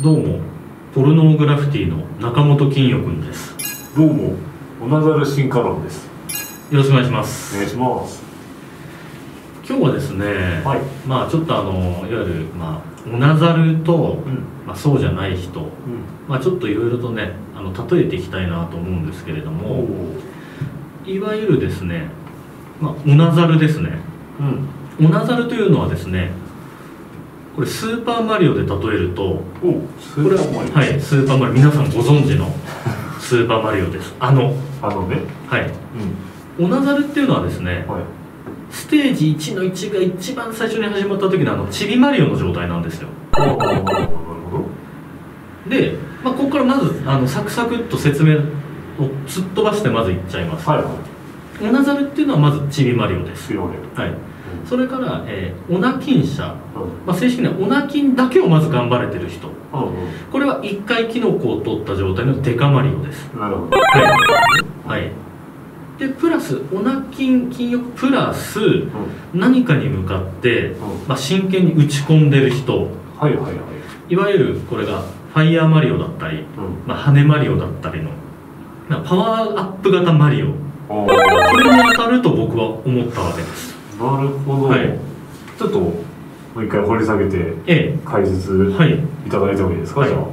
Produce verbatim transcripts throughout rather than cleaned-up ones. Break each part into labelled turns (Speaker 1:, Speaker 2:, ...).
Speaker 1: どうもポルノーグラフィティの中本金代くんです。
Speaker 2: どうもオナザル進化論です。
Speaker 1: よろしくお願いします。
Speaker 2: お願いします。
Speaker 1: 今日はですね、
Speaker 2: はい、
Speaker 1: まあちょっとあのいわゆるまあオナザルと、うん、まあそうじゃない人、うん、まあちょっといろいろとねあの例えていきたいなと思うんですけれども、いわゆるですね、まあオナザルですね。うん、オナザルというのはですね、これスーパーマリオで例えると、これははいスーパーマリオ、皆さんご存知のスーパーマリオです。あの
Speaker 2: あのね、
Speaker 1: はい、うん、オナザルっていうのはですね、はい、ステージいちのいちが一番最初に始まった時のあのちびマリオの状態なんですよ。で、まあ、ここからまずあのサクサクっと説明をすっ飛ばしてまずいっちゃいます。はいはい、オナザルっていうのはまずちびマリオです。はい、それから、えー、オナキン社、うん、まあ、正式にはオナキンだけをまず頑張れてる人、うんうん、これはいっかいキノコを取った状態のデカマリオです。なるほど。はい、はい、でプラスオナキン金欲プラス、うん、何かに向かって、うん、まあ、真剣に打ち込んでる人、はいはいはい、いわゆるこれがファイヤーマリオだったり、うん、まあ、羽マリオだったりのパワーアップ型マリオ、これに当たると僕は思ったわけです。
Speaker 2: なるほど、はい、ちょっともう一回掘り下げて、ええ、解説いただいてもいいですか。はい、じゃ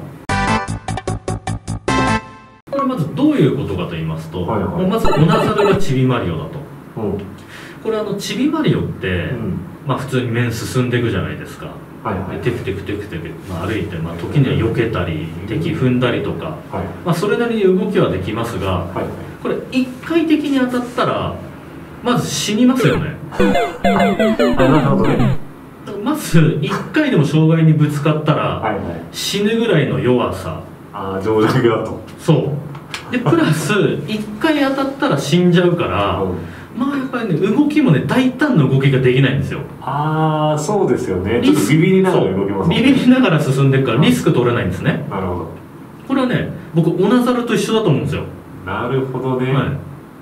Speaker 1: あこれまずどういうことかと言いますと、はいはい、まずオナザルがちびマリオだと、うん、これあのちびマリオって、うん、まあ普通に面進んでいくじゃないですか。はいはい、テクテクテクテク、まあ、歩いて、まあ、時には避けたり、うん、敵踏んだりとか、はい、まあ、それなりに動きはできますが、はいはい、これいっかい的に当たったらまず死にますよね。まずいっかいでも障害にぶつかったら死ぬぐらいの弱さ。
Speaker 2: ああ、情弱だと。
Speaker 1: そうでプラスいっかい当たったら死んじゃうから、うん、まあやっぱりね動きもね大胆な動きができないんですよ。
Speaker 2: ああ、そうですよね。ちょっとビビりながら動きますもんね。
Speaker 1: ビビりながら進んでいくからリスク取れないんですね。
Speaker 2: なるほど。
Speaker 1: これはね僕オナザルと一緒だと思うんですよ。
Speaker 2: なるほどね。はい、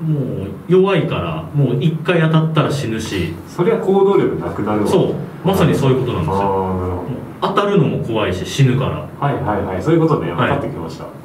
Speaker 1: もう弱いからもういっかい当たったら死ぬし、
Speaker 2: それは行動力なくなるわ。そう
Speaker 1: まさにそういうことなんですよ。当たるのも怖いし死ぬから。はい
Speaker 2: はいはい、そういうことね。分かってきました。はい、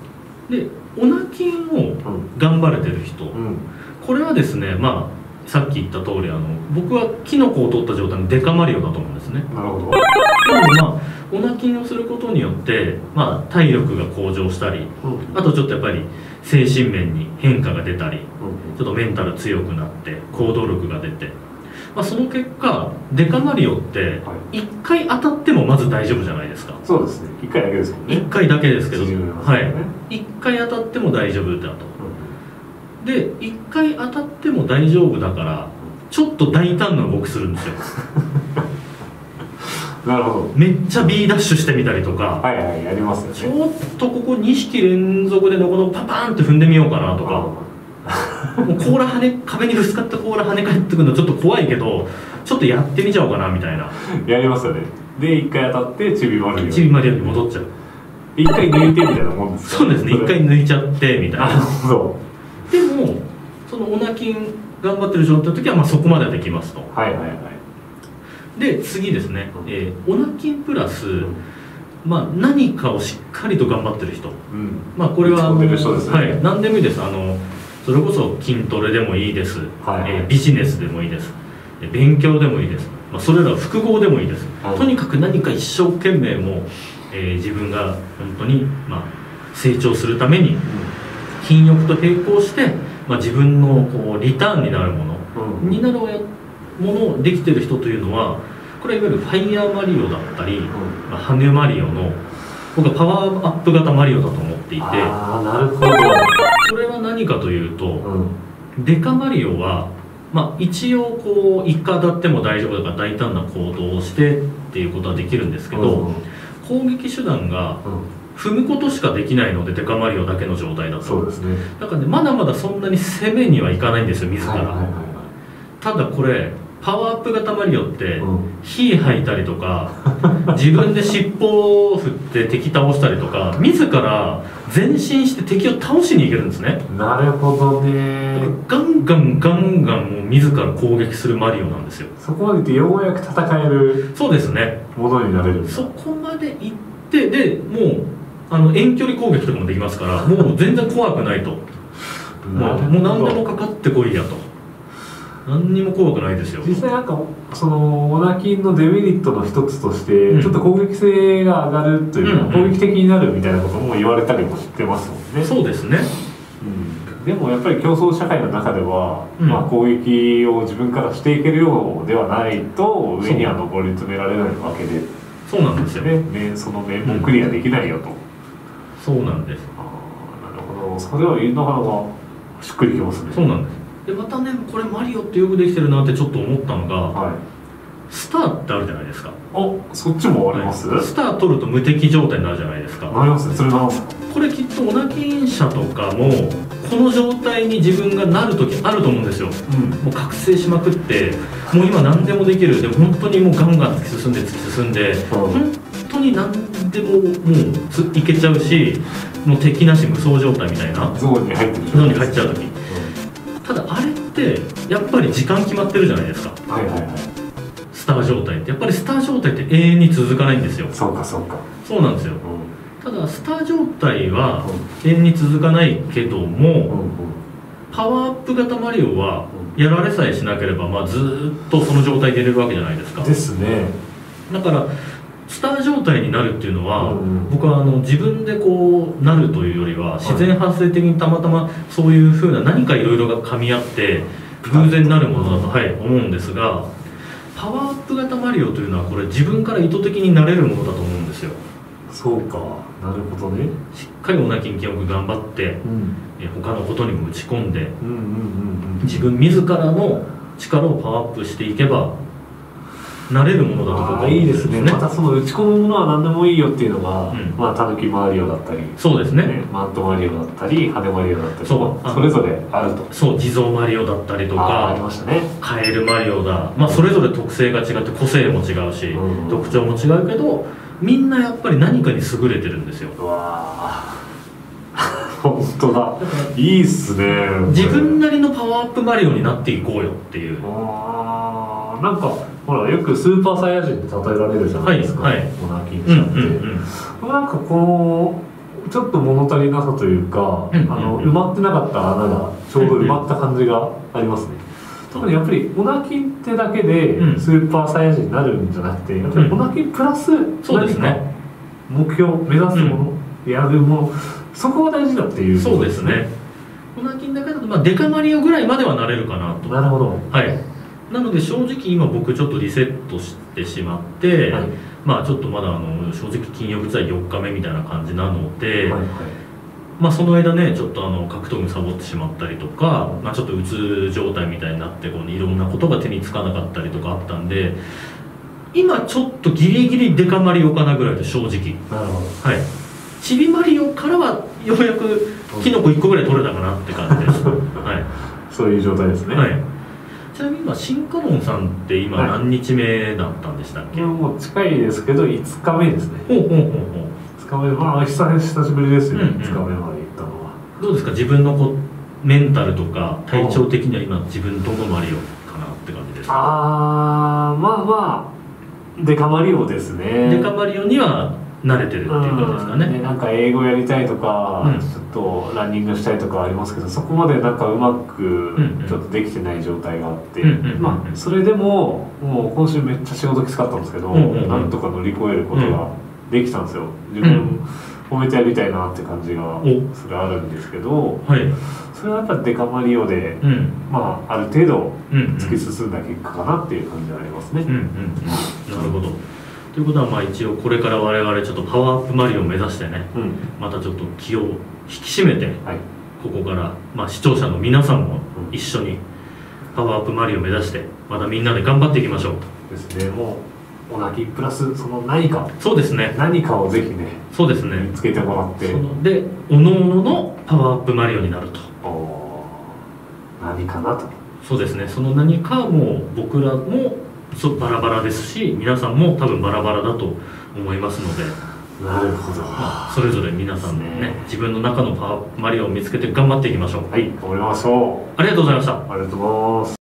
Speaker 1: でオナキンを頑張れてる人、うん、これはですね、まあさっき言った通りあの僕はキノコを取った状態のデカマリオだと思うんですね。なるほど。でもまあオナキンをすることによって、まあ、体力が向上したり、うん、あとちょっとやっぱり精神面に変化が出たり、うん、ちょっとメンタル強くなって行動力が出て、まあ、その結果デカマリオっていっかい当たってもまず大丈夫じゃないですか。
Speaker 2: そうですね、いっかいだけですもんね。
Speaker 1: いっかいだけですけど、ね、はい、いっかい当たっても大丈夫だと、うん、でいっかい当たっても大丈夫だからちょっと大胆な動きするんですよ。なるほど。めっちゃ B ダッシュしてみたりとか、
Speaker 2: はいはい、やりますよね。
Speaker 1: ちょっとここに匹連続でどこどこパパーンって踏んでみようかなとか、もう甲羅跳ね壁にぶつかった甲羅跳ね返ってくるのちょっと怖いけどちょっとやってみちゃおうかなみたいな。
Speaker 2: やりますよね。でいっかい当たってちびまるよ
Speaker 1: ちびまるよに戻っちゃう。
Speaker 2: いっかい抜いてみたいなもんですか。
Speaker 1: そうですね、いっかい抜いちゃってみたいな。
Speaker 2: なるほど。
Speaker 1: でもそのオナキン頑張ってる状態の時はまあそこまではできますと。はいはいはい。で次ですね、えー、オナキンプラス、うん、まあ、何かをしっかりと頑張ってる人、うん、まあこれは、ね、はい、何でもいいです。あのそれこそ筋トレでもいいです、はいはい、えー、ビジネスでもいいです、勉強でもいいです、まあ、それら複合でもいいです、はい、とにかく何か一生懸命もう、えー、自分が本当に、まあ、成長するために、うん、筋欲と並行して、まあ、自分のこうリターンになるもの、うん、になるものできてる人というのはこれはいわゆるファイヤーマリオだったり、うん、まあ、羽マリオの僕はパワーアップ型マリオだと思っていて。
Speaker 2: ああ、なるほど。
Speaker 1: それは何かというと、うん、デカマリオは、まあ、一応こういっかい当たっても大丈夫だから大胆な行動をしてっていうことはできるんですけど、うん、攻撃手段が踏むことしかできないのでデカマリオだけの状態だと。そうですね。だからね、まだまだそんなに攻めにはいかないんですよ自ら。はいはいはいはい、ただこれパワーアップ型マリオって火吐いたりとか、うん、自分で尻尾を振って敵倒したりとか自ら前進して敵を倒しにいけるんですね。
Speaker 2: なるほどね。
Speaker 1: ガンガンガンガンもう自ら攻撃するマリオなんですよ。
Speaker 2: そこまでいってようやく戦える
Speaker 1: そうですね
Speaker 2: ものになれる。
Speaker 1: そこまでいっででもうあの遠距離攻撃とかもできますからもう全然怖くないともうもう何でもかかってこいやと何にも怖くないですよ。
Speaker 2: 実際なんかそのオナキンのデメリットの一つとして、うん、ちょっと攻撃性が上がるというか、うんうん、攻撃的になるみたいなことも言われたりもしてますもんね。
Speaker 1: そうですね、
Speaker 2: うん、でもやっぱり競争社会の中では、うんまあ、攻撃を自分からしていけるようではないと上には上り詰められないわけで、
Speaker 1: そうなんですよ
Speaker 2: ね、その面もクリアできないよと、うん、
Speaker 1: そうなんです。
Speaker 2: あなるほど、それはなかなかしっくりきますね。
Speaker 1: そうなんです。でまたねこれマリオってよくできてるなってちょっと思ったのが、はい、スターってあるじゃないですか。
Speaker 2: あそっちもあります、
Speaker 1: はい、スター取ると無敵状態になるじゃないですか。
Speaker 2: なりますね。それな
Speaker 1: これきっとオナキン社とかもこの状態に自分がなる時あると思うんですよ、うん、もう覚醒しまくってもう今何でもできるでも本当にもうガンガン突き進んで突き進んで、うん、本当に何でももういけちゃうしもう敵なし無双状態みたいな
Speaker 2: ゾーンに入ってる
Speaker 1: ゾーンに入っちゃう時、うん、ただあれってやっぱり時間決まってるじゃないですか。
Speaker 2: はいはいはい。
Speaker 1: スター状態ってやっぱりスター状態って永遠に続かないんですよ。
Speaker 2: そうかそうか。
Speaker 1: そうなんですよ、うん、ただスター状態は永遠に続かないけども、うんうん、パワーアップ型マリオはやられさえしなければ、まあ、ずっとその状態でいれるわけじゃないですか。
Speaker 2: ですね。
Speaker 1: だからスター状態になるっていうのは、うん、僕はあの自分でこうなるというよりは自然発生的にたまたまそういうふうな何かいろいろが噛み合って偶然なるものだと、はい、思うんですが、パワーアップ型マリオというのはこれ自分から意図的になれるものだと思うんですよ。
Speaker 2: そうか、なるほどね。
Speaker 1: しっかりオナキン記憶頑張って、うん、他のことにも打ち込んで自分自らの力をパワーアップしていけばなれるものだと僕は思うんですね。
Speaker 2: いいですね。またその打ち込むものは何でもいいよっていうのが、うん、まあタヌキマリオだったり、
Speaker 1: そうですね、
Speaker 2: ねマントマリオだったり羽マリオだったり、そうそれぞれあると。
Speaker 1: そう地蔵マリオだったりとか
Speaker 2: あ, ありましたね。
Speaker 1: カエルマリオだ、まあ、それぞれ特性が違って個性も違うし、うん、特徴も違うけどみんなやっぱり何かに優れてるんですよ。
Speaker 2: うわ本当だ、いいっすね。
Speaker 1: 自分なりのパワーアップマリオになっていこうよっていう。
Speaker 2: あなんかほらよくスーパーサイヤ人って例えられるじゃないですか、はいはい、オナキンちゃんって、うんうんうん、なんかこのちょっと物足りなさというか、うんうんうん、あの埋まってなかった穴がちょうど埋まった感じがありますね、うんうん、特にやっぱりオナキンってだけでスーパーサイヤ人になるんじゃなくて、やっぱりオナキンプラス何か目標、目指すもの、うん、やるもの、そこが大事だっていう、ね、
Speaker 1: そうですね。オナキンだけだと、まあ、デカマリオぐらいまではなれるかなと。
Speaker 2: なるほど。
Speaker 1: はい。なので正直今僕ちょっとリセットしてしまって、はい、まあちょっとまだあの正直金曜日はよっかめみたいな感じなので、はいはい、まあその間ねちょっとあの格闘技サボってしまったりとか、まあ、ちょっとうつ状態みたいになってこういろんなことが手につかなかったりとかあったんで、今ちょっとギリギリデカマリオかなぐらいで正直。
Speaker 2: なるほど。
Speaker 1: はい。チビマリオからはようやくキノコいっこぐらい取れたかなって感じです。はい。
Speaker 2: そういう状態ですね。
Speaker 1: はい。ちなみに今新カノンさんって今何日目だったんでしたっけ？
Speaker 2: はい、もう近いですけどいつかめですね。
Speaker 1: ほうほうほうほう。
Speaker 2: いつかめ、まあ久しぶりですよ、うんうん、いつかめまで行ったのは。
Speaker 1: どうですか自分のこメンタルとか体調的には今自分どこマリオかなって感じですか？
Speaker 2: ああまあまあデカマリオですね。
Speaker 1: デカマリオには慣れてるっていう感じですかね。
Speaker 2: ね、なんか英語やりたいとか、うん、ちょっとランニングしたいとかありますけど、そこまでなんかうまくちょっとできてない状態があって、まあそれでももう今週めっちゃ仕事きつかったんですけど、うんうんうん、なんとか乗り越えることができたんですよ。自分褒めてやりたいなって感じがそれあるんですけど、はい、それはやっぱりデカマリオで、うん、まあある程度突き進んだ結果かなっていう感じがありますね。うんうんうん、
Speaker 1: なるほど。ということはまあ一応これから我々ちょっとパワーアップマリオを目指してね、うん、またちょっと気を引き締めて、はい、ここからまあ視聴者の皆さんも一緒にパワーアップマリオを目指してまたみんなで頑張っていきましょう。
Speaker 2: ですね。もうオナキプラスその何か、
Speaker 1: そうですね、
Speaker 2: 何かをぜひね、
Speaker 1: そうですね、
Speaker 2: 見つけてもらって、そ
Speaker 1: のでおのおののパワーアップマリオになると。
Speaker 2: お何かなと。そう
Speaker 1: ですね。その何かも僕らもそバラバラですし、皆さんも多分バラバラだと思いますので、
Speaker 2: なるほど、
Speaker 1: まあ、それぞれ皆さんね、ね自分の中のパワーマリオを見つけて頑張っていきましょう。
Speaker 2: はい、頑張りましょう。
Speaker 1: ありがとうございました。
Speaker 2: ありがとうございます。